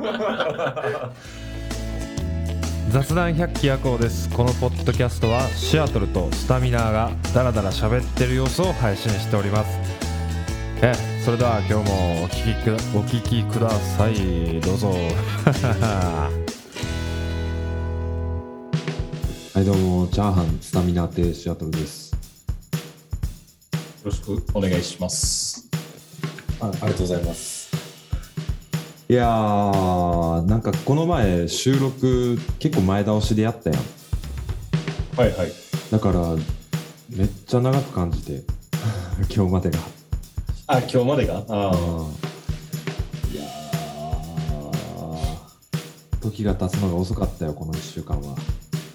雑談百鬼夜行です。このポッドキャストはシアトルとスタミナーがダラダラ喋ってる様子を配信しております。それでは今日もお聞きください。どうぞ。 はいどうも、チャーハンスタミナ亭シアトルです。 よろしくお願いします。 ありがとうございます。いやー、なんかこの前収録結構前倒しでやったやん。 はいはい。 だからめっちゃ長く感じて今日までが。 今日までが。 いやー、時が経つのが遅かったよこの1週間は。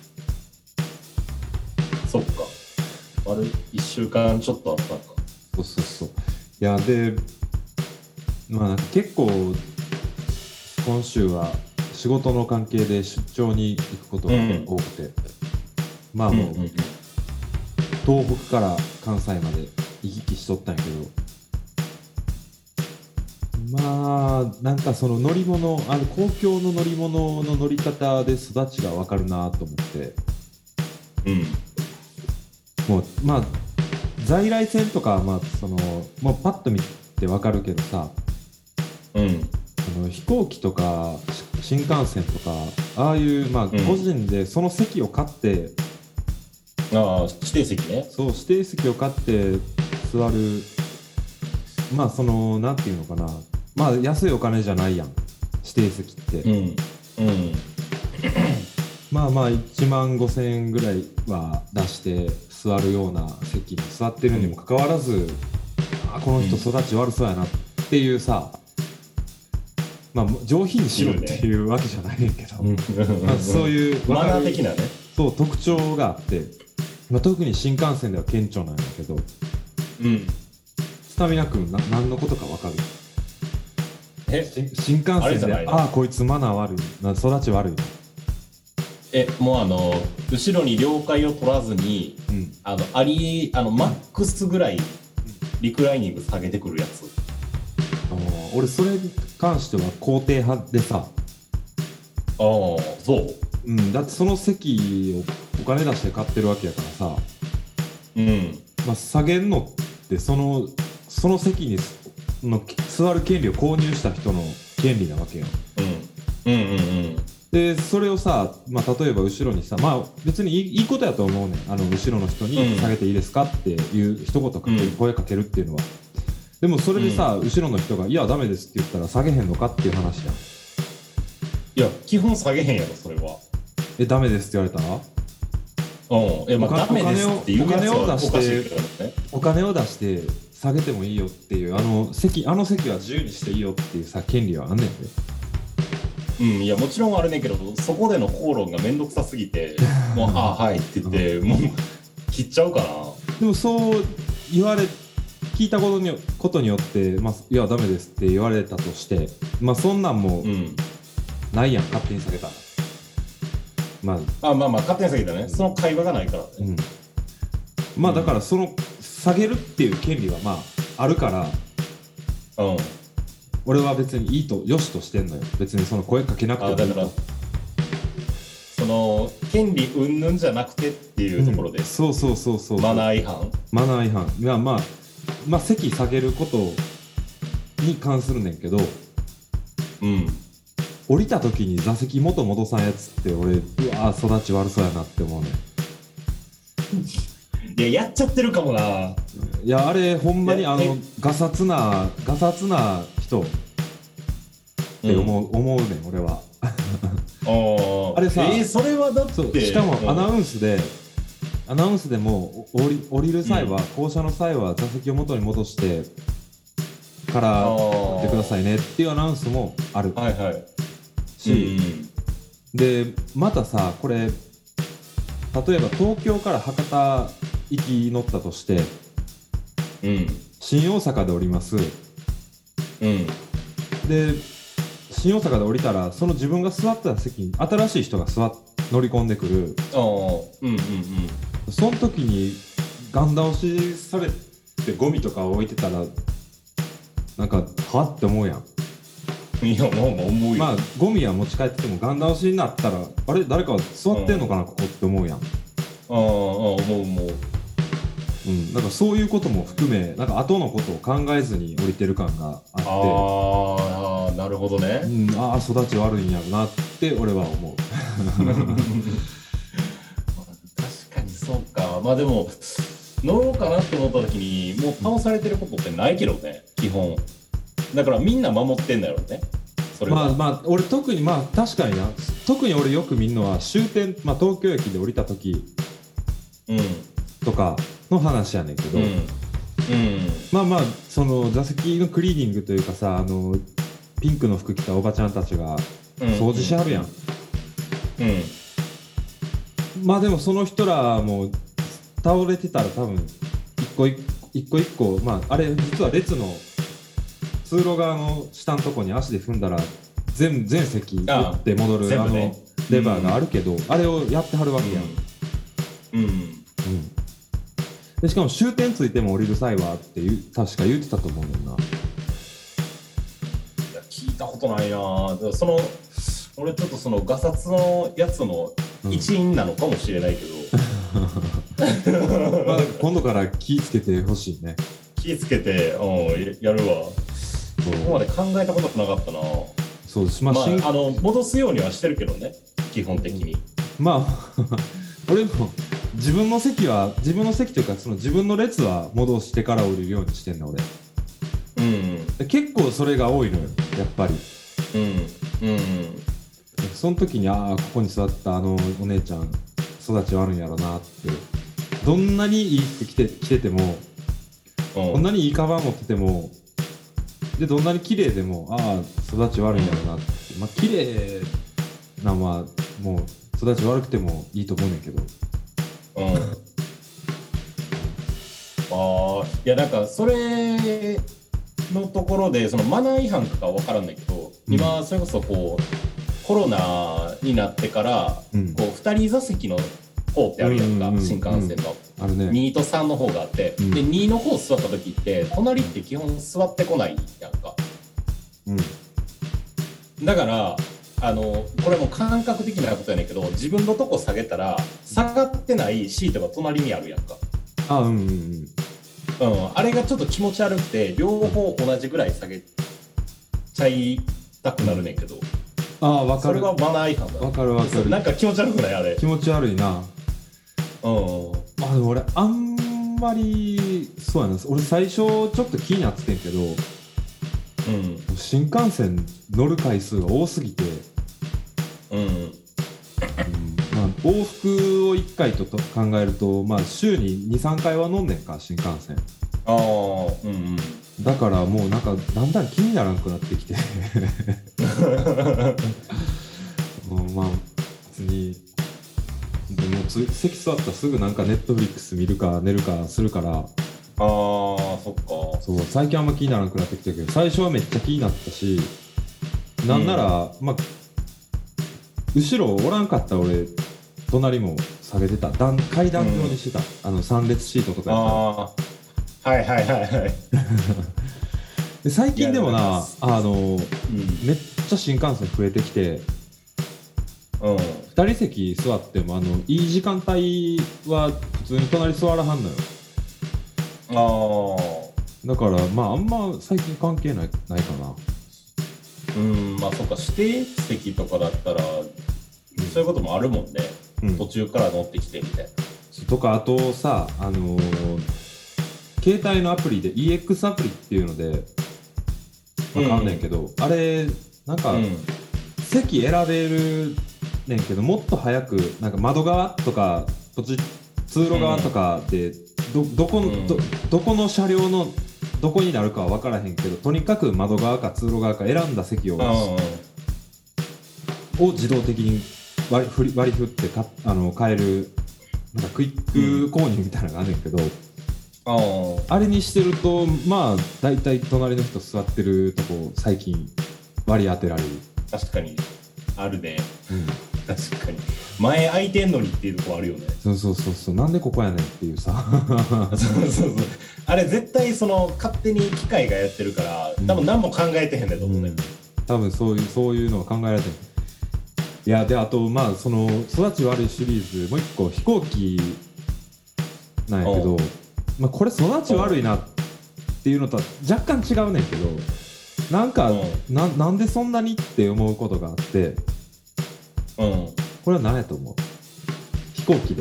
そっか。丸1週間ちょっとあったのか。 そう。いやで、なんか結構今週は仕事の関係で出張に行くことが多くて、もう、東北から関西まで行き来しとったんやけど、なんかその乗り物、公共の乗り物の乗り方で育ちが分かるなと思って、もう在来線とかもうパッと見て分かるけどさ、飛行機とか新幹線とかああいう個人でその席を買って、 指定席ね。 そう指定席を買って座る、なんていうのかな、安いお金じゃないやん指定席って、1万5,000円ぐらいは出して座るような席に座ってるにもかかわらず、この人育ち悪そうやなっていうさ、上品にしろっていうわけじゃないねんけど、そういうマナー的なね、 そう特徴があって、特に新幹線では顕著なんだけど、スタミナ君何のことか分かる？新幹線でこいつマナー悪い、育ち悪い。 もう後ろに了解を取らずに、マックスぐらいリクライニング下げてくるやつ。 俺それに関しては肯定派でさ。 そう。 だってその席をお金出して買ってるわけやからさ。下げんのってその席に座る権利を購入した人の権利なわけやん。でそれをさ、例えば後ろにさ、別にいいことやと思うねん。後ろの人に下げていいですかっていう一言声かけるっていうのは。でもそれでさ、後ろの人がいやダメですって言ったら下げへんのかっていう話じゃん。 いや基本下げへんやろそれは。ダメですって言われたら、 ダメですっていうやつはおかしいけどね。 お金を出して下げてもいいよっていう、席は自由にしていいよっていうさ権利はあんねんで。 いやもちろんあるねんけど、そこでの口論がめんどくさすぎてもうはいって言ってもう切っちゃうかな。 でもそう聞いたことによって、いやダメですって言われたとして、そんなんもないやん、勝手に下げたら。 勝手に下げたね。その会話がないからね。 だからその下げるっていう権利はあるから、俺は別によしとしてんのよ。別にその声かけなくてもいいと。だからその権利云々じゃなくてっていうところで、 そうマナー違反いや席下げることに関するねんけど、降りた時に座席元戻さんやつって俺育ち悪そうやなって思うねん。やっちゃってるかもな。 いやあれほんまにガサツな人って思うねん俺は。あれさ、 それはだってしかもアナウンスでも降りる際は、降車の際は座席を元に戻してから乗ってくださいねっていうアナウンスもあるし、でまたさ、これ例えば東京から博多行き乗ったとして、新大阪で降ります、で新大阪で降りたらその自分が座ってた席に新しい人が乗り込んでくる。その時にガン倒しされてゴミとか置いてたらなんかはって思うやん。 いやもう思うよ。 まあゴミは持ち帰っててもガン倒しになったらあれ誰か座ってんのかな、ここって思うやん。 思う。 なんかそういうことも含めなんか後のことを考えずに降りてる感があって、 なるほどね。 育ち悪いんやろなって俺は思う。 確かにそうか。まあでも乗ろうかなって思った時にもう倒されてることってないけどね、基本。だからみんな守ってんだよね。それはまあ俺特に確かにな、特に俺よく見るのは終点、東京駅で降りた時とかの話やねんけど、その座席のクリーニングというかさ、ピンクの服着たおばちゃんたちが掃除しはるやん。まあでもその人らも倒れてたら多分一個一個、あれ実は列の通路側の下のとこに足で踏んだら全席打って戻るレバーがあるけど、あれをやってはるわけやん。でしかも終点ついても降りる際はって確か言ってたと思うんだよな。 聞いたことないな。俺ちょっとそのガサツのやつの一員なのかもしれないけど、 今度から気ぃつけてほしいね。 気ぃつけて、やるわ。そこまで考えたことなかったな。 そうです。 戻すようにはしてるけどね、基本的に。 俺も自分の席というかその自分の列は戻してから降りるようにしてんの俺。結構それが多いのよやっぱり。その時にここに座ったお姉ちゃん育ち悪いんやろなって、どんなにいい服着てても、どんなにいいカバン持ってても、でどんなに綺麗でも育ち悪いんやろなって、綺麗なのはもう育ち悪くてもいいと思うねんけど。 いやなんかそれのところでそのマナー違反か分からんないけど、今それこそこうコロナになってから、こう2人座席の方ってあるやんか、新幹線の、 あるね、 2と3の方があって、で2の方座った時って隣って基本座ってこないやんか。だからこれも感覚的なことやねんけど、自分のとこ下げたら下がってないシートが隣にあるやんか。あれがちょっと気持ち悪くて両方同じぐらい下げちゃいたくなるねんけど、 分かる。 それがマナー違反だ。 分かる。 なんか気持ち悪くないあれ。気持ち悪いな。でも俺あんまりそうやな。俺最初ちょっと気になっててんけど、新幹線乗る回数が多すぎて、往復を1回と考えると、週に 2,3 回は乗んねんか新幹線。だからもうなんかだんだん気にならなくなってきて別にでも席座ったらすぐなんかネットフリックス見るか寝るかするから、 そっか。 そう最近あんま気にならなくなってきたけど、最初はめっちゃ気になったし、なんなら、後ろおらんかったら俺隣も下げてた、階段状にしてた、3列シートとかやったら。で最近でもなめっちゃ新幹線増えてきて、2人席座ってもいい時間帯は普通に隣座らはんのよ。だからあんま最近関係ないかな。 そっか、指定席とかだったら、そういうこともあるもんね、途中から乗ってきてみたいな。 とかあとさ、携帯のアプリで EX アプリっていうので買うねんけど、あれなんか、席選べるねんけど、もっと早くなんか窓側とか通路側とかで、どこの車両のどこになるかは分からへんけど、とにかく窓側か通路側か選んだ席を自動的に割り振って買えるなんかクイック購入みたいなのがあるんやけど、あれにしてるとだいたい隣の人座ってるとこ最近割り当てられる。 確かにあるね。確かに前空いてんのにっていうとこあるよね。 そうなんでここやねんっていうさそうあれ絶対その勝手に機械がやってるから、多分何も考えてへんねんと思うね。 多分そういうのが考えられてる。いやであとまあその育ち悪いシリーズもう一個飛行機なんやけど、まあ、これ育ち悪いなっていうのとは若干違うねんけど、なんかなんでそんなにって思うことがあって、これは何やと思う？飛行機で。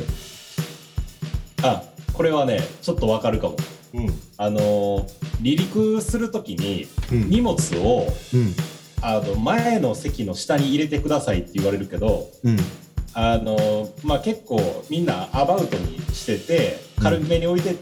これはねちょっとわかるかも。離陸するときに荷物を、前の席の下に入れてくださいって言われるけど、まあ、結構みんなアバウトにしてて軽めに置いてって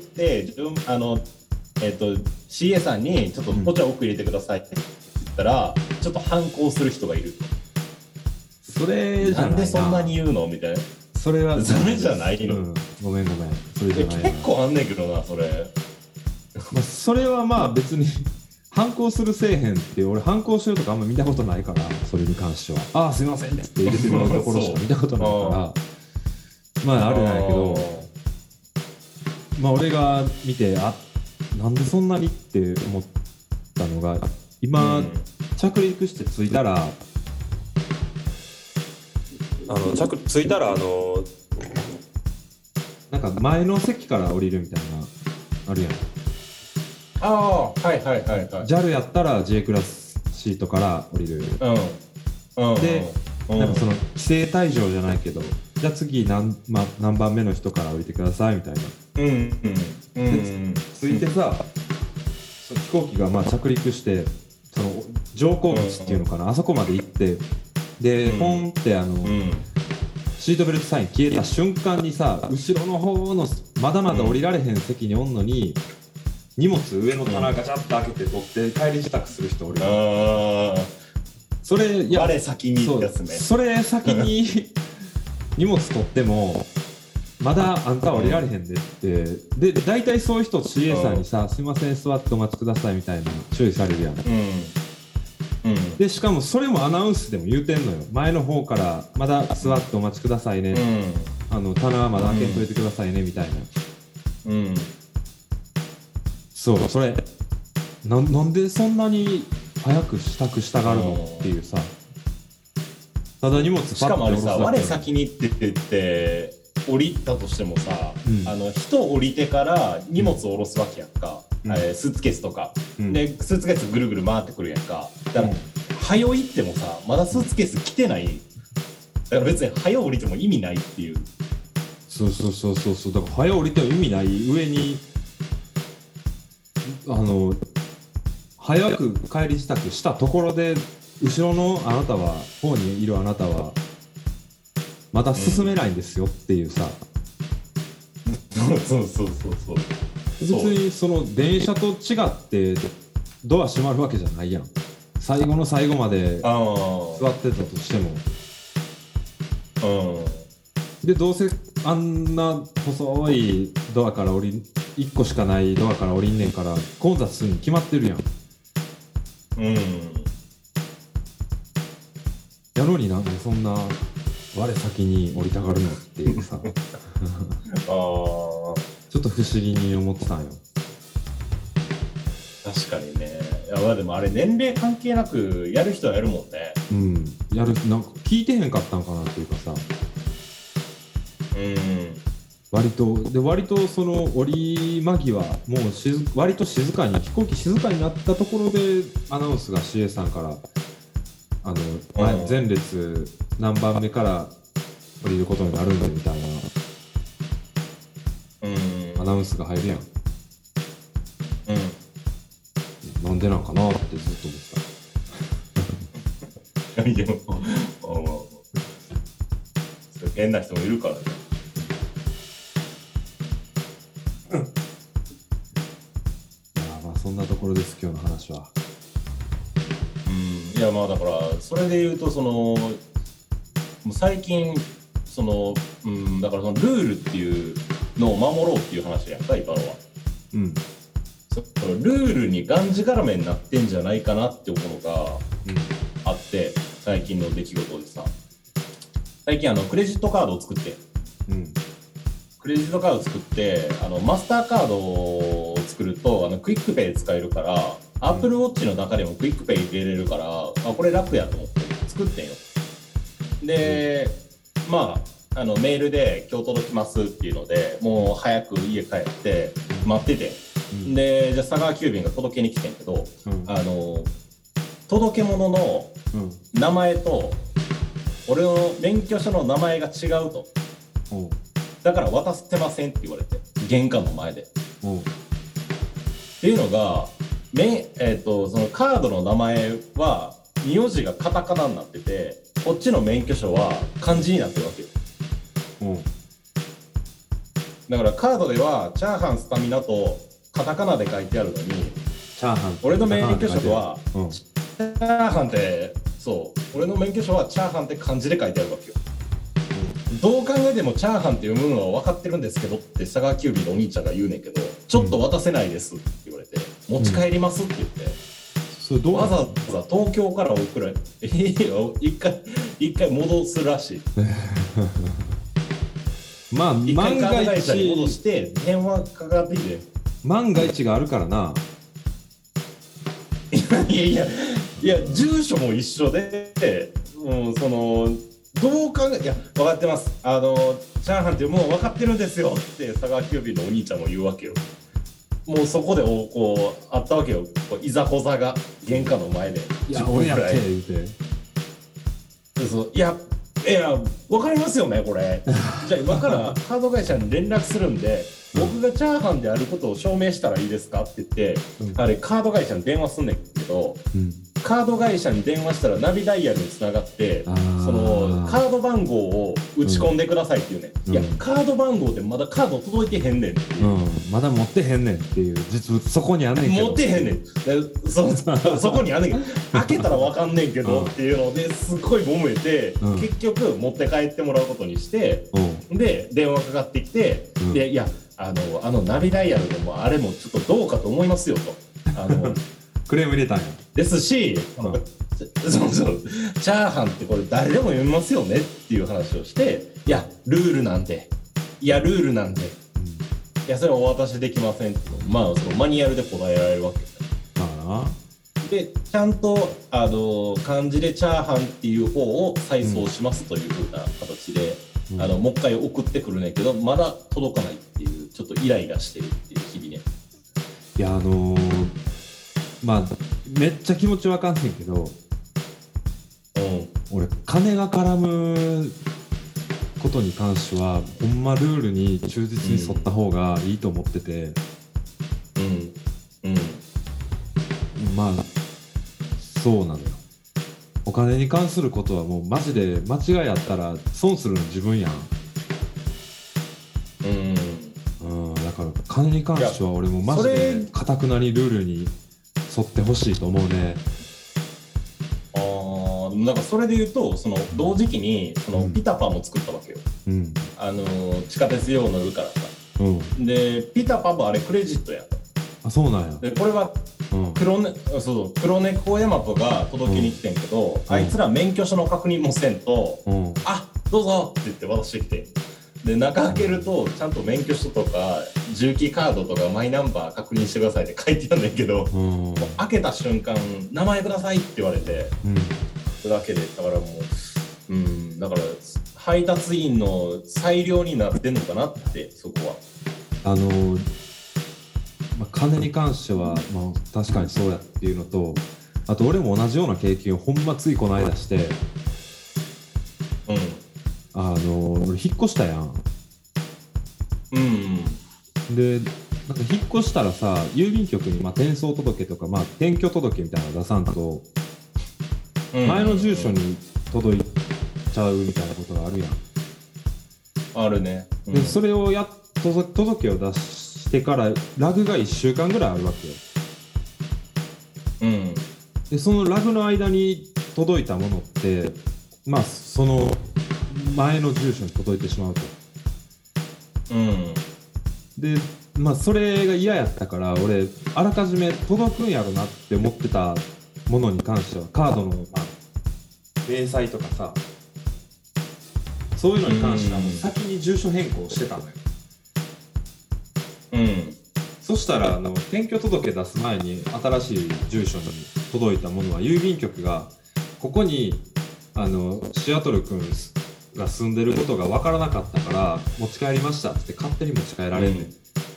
、CA さんにちょっとこちら奥入れてくださいって言ったらちょっと反抗する人がいる。 それじゃないな。 なんでそんなに言うのみたいな。 それじゃないの、 ごめんそれじゃないな。 結構あんねんけどなそれ。 まあ、それはまあ別に反抗するせえへんって俺反抗してるとかあんま見たことないから、それに関してはすいませんって入れてるところしか見たことないからまああれなんやけど、まあ俺が見てなんでそんなにって思ったのが、今、着陸して着いたらなんか前の席から降りるみたいなあるやん。 はい。 JAL やったら J クラスシートから降りる。で、なんかその規制退場じゃないけど、じゃあ次何番目の人から降りてくださいみたいな。でついてさ、飛行機がまあ着陸してその乗降口っていうのかな、あそこまで行ってで、ポンってシートベルトサイン消えた瞬間にさ、後ろの方のまだまだ降りられへん席におんのに、荷物上の棚ガチャッと開けて取って帰り支度する人おる。それ我先にってやつね。 それ先に荷物取ってもまだあんた降りられへんでって、で大体そういう人 CA さんにさ、すいません座ってお待ちくださいみたいな注意されるやん。でしかもそれもアナウンスでも言うてんのよ。前の方からまだ座ってお待ちくださいね、棚はまだ開けといてくださいねみたいな。そうそれなんでそんなに早く支度したがるのっていうさ。ただ荷物パッとしかもあれさ、我先にって言って降りたとしてもさ、人降りてから荷物を下ろすわけやんか、スーツケースとか、でスーツケースぐるぐる回ってくるやんか。だから早行ってもさ、まだスーツケース来てない。だから別に早降りても意味ないっていう。 そうだから早降りても意味ない上に早く帰り支度したところで後ろの方にいるあなたはまだ進めないんですよっていうさ。 そう別にその電車と違ってドア閉まるわけじゃないやん。最後の最後まで座ってたとしても。でどうせあんな細いドアから1個しかないドアから降りんねんから混雑するに決まってるやん。やのになんでそんな我先に降りたがるのっていうさちょっと不思議に思ってたんよ。 確かにね。いやまあでもあれ年齢関係なくやる人はやるもんね。 なんか聞いてへんかったんかなっていうかさ。割とその降り間際もう割と静かに飛行機静かになったところでアナウンスが CA さんから前列何番目から降りることになるんだみたいなアナウンスが入るやん。なんでなんかなってずっと思ってた。 でも変な人もいるからね。 そんなところです今日の話は。 いやまあだからそれで言うともう最近だからそのルールっていうのを守ろうっていう話やった今のは。ルールにがんじがらめになってんじゃないかなって思うのがあって、最近の出来事でさ、最近クレジットカードを作って、クレジットカード作ってマスターカードを作るとクイックペイ使えるから Apple Watch の中でもクイックペイ入れれるから、これ楽やと思って作ってんよ。で、まあ、メールで今日届きますっていうので、もう早く家帰って待ってて、で、じゃあ佐川急便が届けに来てんけど、届け物の名前と俺の免許証の名前が違うと。だから渡せませんって言われて、玄関の前で。っていうのが、そのカードの名前は名字がカタカナになってて、こっちの免許証は漢字になってるわけよ。だからカードではチャーハンスタミナとカタカナで書いてあるのに、 チャーハン俺の免許証はチャーハンって、そう俺の免許証はチャーハンって漢字で書いてあるわけよ。どう考えてもチャーハンって読むのは分かってるんですけどって佐川急便のお兄ちゃんが言うねんけど、ちょっと渡せないですって言われて、持ち帰りますって言って、わざわざ東京から送られ一回戻すらしい。 まあ万が会社に戻一して電話かかってきて、 万が一があるからな。 いや住所も一緒で、そのどう考え、いや分かってます、チャーハンってもう分かってるんですよって佐川急便のお兄ちゃんも言うわけよ。もうそこでこうあったわけよ、いざこざが玄関の前で。 いや俺やって言うて、 いや分かりますよねこれ。じゃあ今からカード会社に連絡するんで、僕がチャーハンであることを証明したらいいですかって言って、あれカード会社に電話すんねんけど、カード会社に電話したらナビダイヤルにつながって、そのカード番号を打ち込んでくださいっていうね、いやカード番号でまだカード届いてへんねんっていう、 まだ持ってへんねんっていう、実物そこにあんねんけど、 持ってへんねんそこにあんねんけど開けたらわかんねんけどっていうのですっごい揉めて、結局持って帰ってもらうことにして、で電話かかってきて、でいやナビダイヤルでもあれもちょっとどうかと思いますよとクレーム入れたんや。 ですし、そうチャーハンってこれ誰でも読みますよねっていう話をして、いやルールなんで、いやそれはお渡しできませんって、まあそのマニュアルで答えられるわけで、ちゃんと漢字でチャーハンっていう方を再送しますというふうな形で、もう一回送ってくるねんけど、まだ届かないっていう、ちょっとイライラしてるっていう日々ね。 いやまあめっちゃ気持ちわかんないけど、俺金が絡むことに関してはほんまルールに忠実に沿った方がいいと思ってて、まあそうなのよ。お金に関することはもうマジで間違いあったら損するの自分やん。だから金に関しては俺もマジで堅くなにルールに沿ってほしいと思うね。 なんかそれで言うと、その同時期にそのピタパも作ったわけよ。地下鉄用乗るからさ。でピタパもあれクレジットや。 あ、そうなんや。 でこれは黒猫ヤマトが届けに来てんけど、あいつら免許証の確認もせんと、あ、どうぞって言って渡してきて、で中開けるとちゃんと免許証とか重機カードとかマイナンバー確認してくださいって書いてあるんだけど、もう開けた瞬間名前くださいって言われて、それだけで、だからもうだから配達員の裁量になってんのかなって、そこは金に関しては、確かにそうやっていうのと、あと俺も同じような経験をほんまついこの間して、俺引っ越したやん。でなんか引っ越したらさ、郵便局に転送届とか、転居届みたいなの出さんと、前の住所に届いちゃうみたいなことがあるやん。 あるね。 でそれを届を出してからラグが1週間ぐらいあるわけよ。でそのラグの間に届いたものって、その前の住所に届いてしまうと。でそれが嫌やったから、俺あらかじめ届くんやろなって思ってたものに関しては、カードの明細とかさ、そういうのに関してはもう先に住所変更してたのよ。そそしたら転居届出す前に新しい住所に届いたものは郵便局がここにシアトル君が住んでることが分からなかったから持ち帰りましたって勝手に持ち帰られんね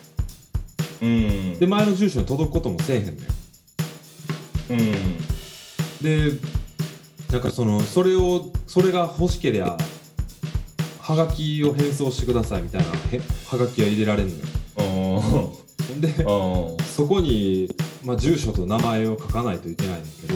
ん、で前の住所に届くこともせえへんねん、でなんかそれが欲しけりゃはがきを返送してくださいみたいなはがきが入れられるのよ。でそこに、住所と名前を書かないといけないんだけ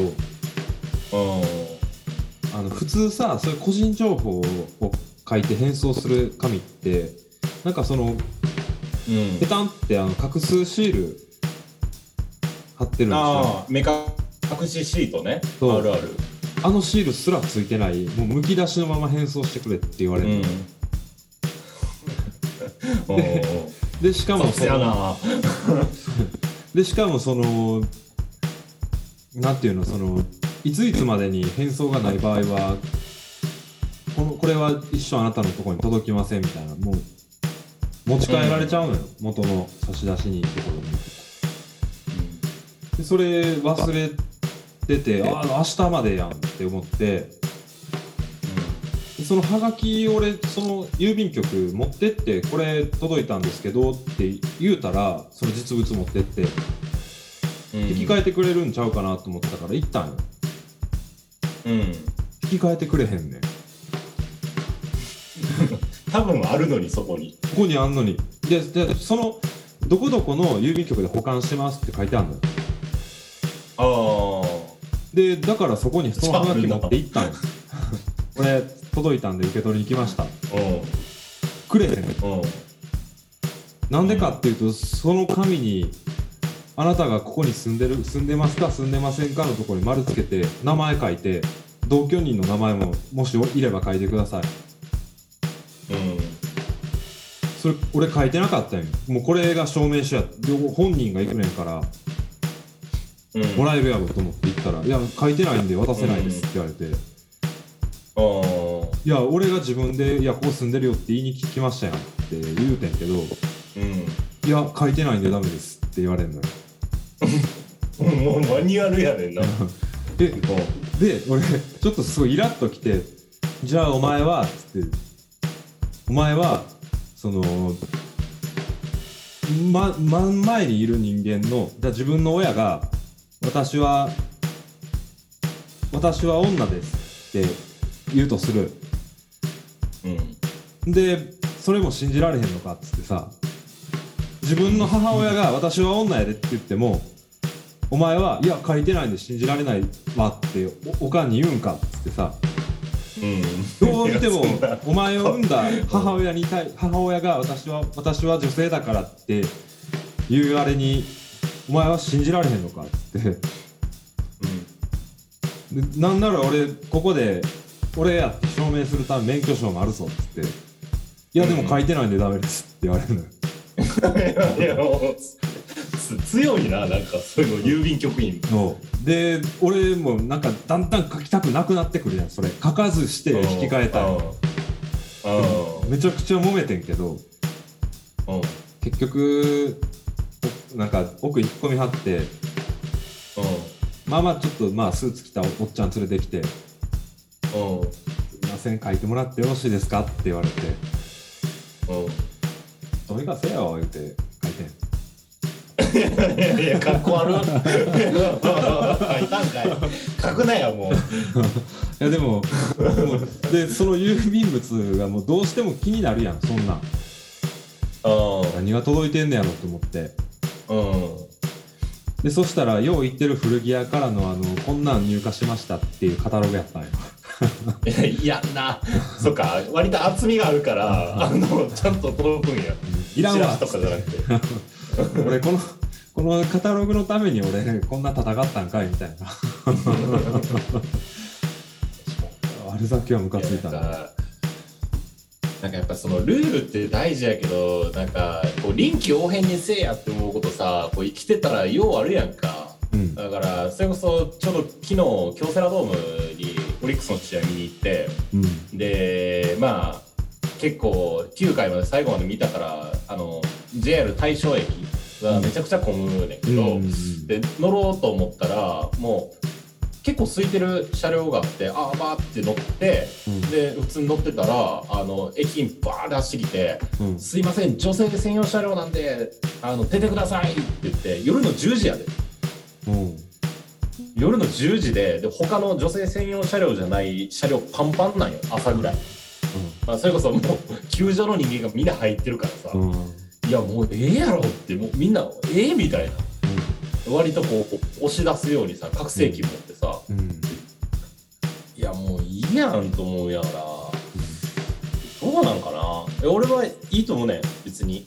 ど、普通さそういう個人情報を書いて返送する紙ってなんかペタンって隠すシール貼ってるんですよ。 目隠しシートね。あるある。 シールすらついてないもうむき出しのまま返送してくれって言われる、でしかもなんていうのいついつまでに返送がない場合はこれは一生あなたのところに届きませんみたいなもう持ち帰られちゃうのよ、元の差出人のところに、でそれ忘れてて明日までやんって思って、そのハガキ俺その郵便局持ってってこれ届いたんですけどって言うたらその実物持ってって引き換えてくれるんちゃうかなと思ったから行ったんよ、引き換えてくれへんねん多分あるのにここにあんのにでそのどこどこの郵便局で保管してますって書いてあるのよ。でだからそこにそのハガキ持って行ったんよこれ届いたんで受け取りに来ましたくれへんなんでかっていうとその紙にあなたがここに住んでますか住んでませんかのところに丸つけて名前書いて同居人の名前ももしいれば書いてください。それ俺書いてなかったんよ。もうこれが証明書や本人が行くねんからもらえるやろと思って行ったらいや書いてないんで渡せないですって言われて、いや俺が自分でいやここ住んでるよって言いに来ましたやんって言うてんけど、いや書いてないんでダメですって言われるのよもうマニュアルやねんなで俺ちょっとすごいイラッときてじゃあお前はつってお前は真ん前にいる人間のじゃあ自分の親が私は女ですって言うとする、でそれも信じられへんのかっつってさ自分の母親が私は女やでって言ってもお前はいや書いてないんで信じられないわっておかんに言うんかっつってさ、どう見てもお前を産んだ母親が私は女性だからっていうあれにお前は信じられへんのかっつって、でなんなら俺ここで俺やって証明するため免許証もあるぞっつっていやでも書いてないんでダメですって言われるのよいやもう強いな、なんかそういうの郵便局員で俺もなんかだんだん書きたくなくなってくるやん。それ書かずして引き換えたいめちゃくちゃ揉めてんけど結局なんか奥引っ込みはってちょっとスーツ着たおっちゃん連れてきてすいません書いてもらってよろしいですかって言われてどうにかせよ言って書いてんいやかっこ悪い書いたんかい書くなよもういやでもでその郵便物がもうどうしても気になるやんそんなん何が届いてんねやろと思ってでそしたらよう行ってる古着屋からのこんなん入荷しましたっていうカタログやったんよいやなそっか割と厚みがあるからちゃんと届くんやいらんわとかじゃなくて俺このカタログのために俺こんな戦ったんかいみたいなあれだけはムカついたな。 なんかやっぱそのルールって大事やけどなんかこう臨機応変にせえやって思うことさこう生きてたらようあるやんか、だからそれこそちょうど昨日京セラドームにオリックスの試合見に行って、でまあ結構9回まで最後まで見たからJR 大正駅がめちゃくちゃ混むねんけど、で乗ろうと思ったらもう結構空いてる車両があって、バーって乗って、で普通に乗ってたら駅員バーって走ってきて、すいません女性専用車両なんで出てくださいって言って、夜の10時やで、夜の10時で他の女性専用車両じゃない車両パンパンなんよ、朝ぐらい。それこそもう球場の人間がみんな入ってるからさ、いやもうやろって、もうみんなみたいな、割とこう押し出すようにさ拡声器持ってさ、いやもういいやんと思うやから、どうなんかな。俺はいいと思うねん別に。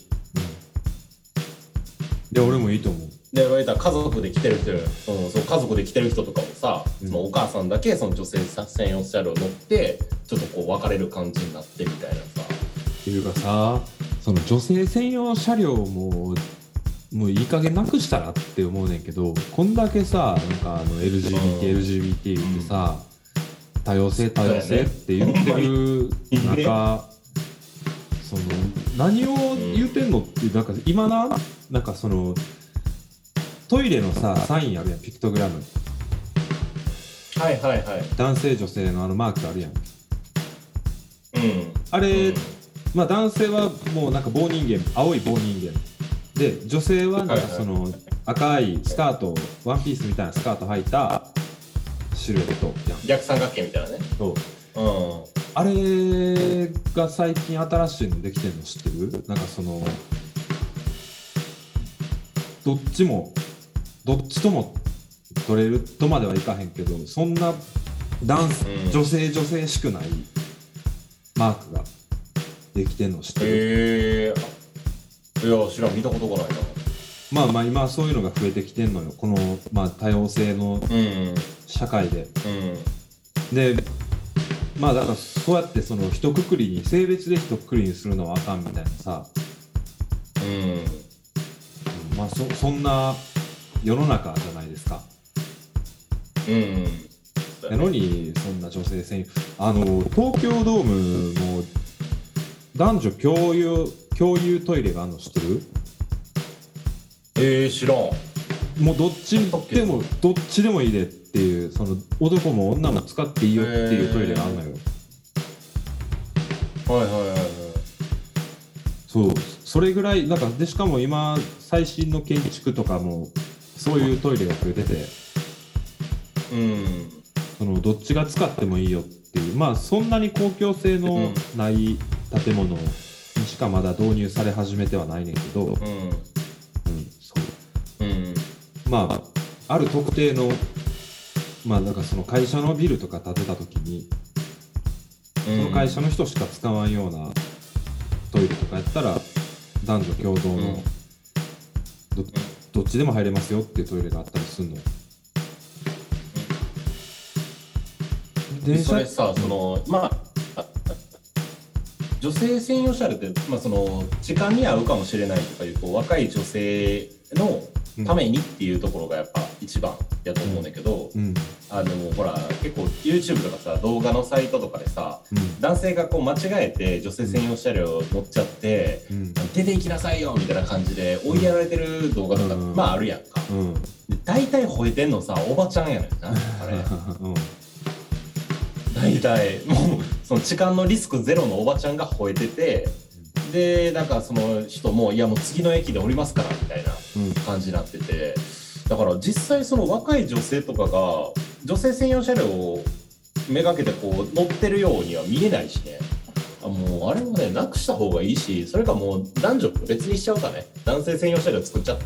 で俺もいいと思う。 で家族で来てる人、そう家族で来てる人とかもさ、そのお母さんだけその女性専用車両乗ってちょっとこう別れる感じになってみたいなさ。 っていうかさ、その女性専用車両もいい加減なくしたらって思うねんけど、こんだけさなんかLGBT 言ってさ、多様性って言ってる中、その何を言うてんのって、なんか今なんかそのトイレのさサインあるやん、ピクトグラム、男性女性のマークあるやん、あれ、男性はもうなんか棒人間、青い棒人間で、女性はなんかその赤いスカート、ワンピースみたいなスカート履いたシルエットやん、 逆三角形みたいなね。 そう、あれが最近新しいのできてんの知ってる？なんかそのどっちとも取れるとまではいかへんけど、そんな女性しくないマークができてんの知ってる？ いや知らん、見たことがないな。 今そういうのが増えてきてんのよ、この多様性の社会で。でだからそうやってその一括りに、性別で一括りにするのはあかんみたいなさ、そんな世の中じゃないですか。なのにそんな女性専用、東京ドームも男女共有トイレがあるの知ってる？ 知らん。もうどっちでもいいでっていう、その男も女も使っていいよっていうトイレがあるのよ。そう、それぐらいなんかで、しかも今最新の建築とかもそういうトイレが増えてて、そのどっちが使ってもいいよっていう、そんなに公共性のない建物にしかまだ導入され始めてはないねんけど、ある特定のなんかその会社のビルとか建てた時に、その会社の人しか使わんようなトイレとかやったら男女共同のどっちでも入れますよっていうトイレがあったりするの。 それさ、その女性専用車両って、その時間に合うかもしれないとかいう、こう若い女性のためにっていうところがやっぱ一番やと思うんだけど、ほら結構 YouTube とかさ、動画のサイトとかでさ、男性がこう間違えて女性専用車両乗っちゃって、出て行きなさいよみたいな感じで追いやられてる動画とか、あるやんか。で大体吠えてんのさ、おばちゃんやねんな、あれ。大体もうその痴漢のリスクゼロのおばちゃんが吠えてて、でなんかその人もいやもう次の駅で降りますからみたいな感じになってて、だから実際その若い女性とかが女性専用車両をめがけてこう乗ってるようには見えないしね。もうあれもねなくした方がいいし、それかもう男女別にしちゃうかね。男性専用車両作っちゃって。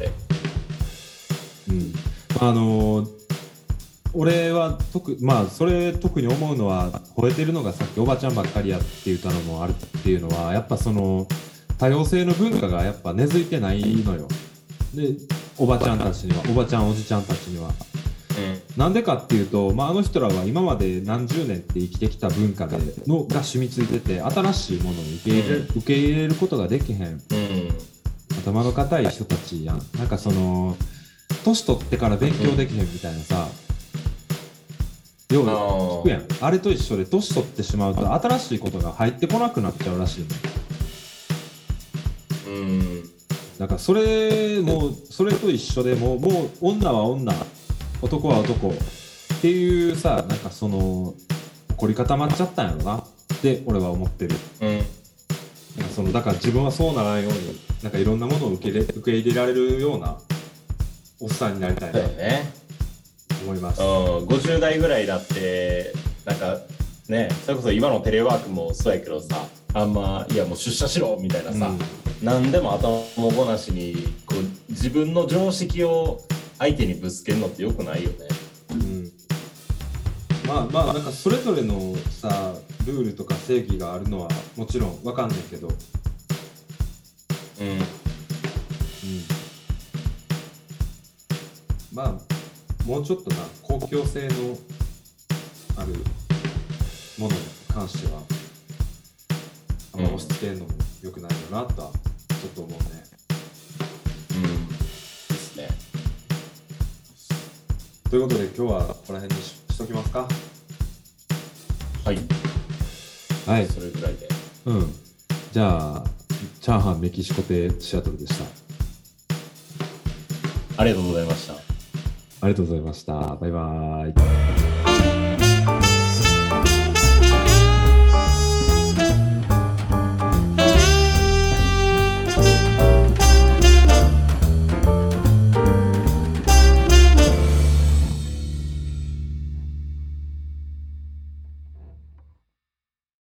俺はそれ特に思うのは、吠えてるのがさっきおばちゃんばっかりやって言ったのもあるっていうのは、やっぱその多様性の文化がやっぱ根付いてないのよ。でおばちゃんたちには、おばちゃんおじちゃんたちには、なんでかっていうと、あの人らは今まで何十年って生きてきた文化が染みついてて、新しいものを受け入れることができへん、頭の固い人たちやん。なんかその年取ってから勉強できへんみたいなさ、よう聞くやん。あれと一緒で、年取ってしまうと新しいことが入ってこなくなっちゃうらしいの。 だからそれと一緒でもう女は女、男は男っていうさ、なんかその凝り固まっちゃったんやろなって俺は思ってる。なんかだから自分はそうならないように、なんかいろんなものを受け入れられるようなおっさんになりたいなと思います。 50代ぐらいだってなんかね、それこそ今のテレワークもそうやけどさ、あんまいやもう出社しろみたいなさ、何でも頭ごなしにこう自分の常識を相手にぶつけるのってよくないよね。 まあなんかそれぞれのさルールとか正義があるのはもちろんわかんないけど、まあもうちょっとな公共性のあるものに関してはあんま押し付けるのも良くないよなとはちょっと思うね。 ですね。 ということで今日はここら辺にしときますか。はい、 それぐらいで。 じゃあチャーハンメキシコ亭シアトルでした。 ありがとうございました。 ありがとうございました。バイバーイ。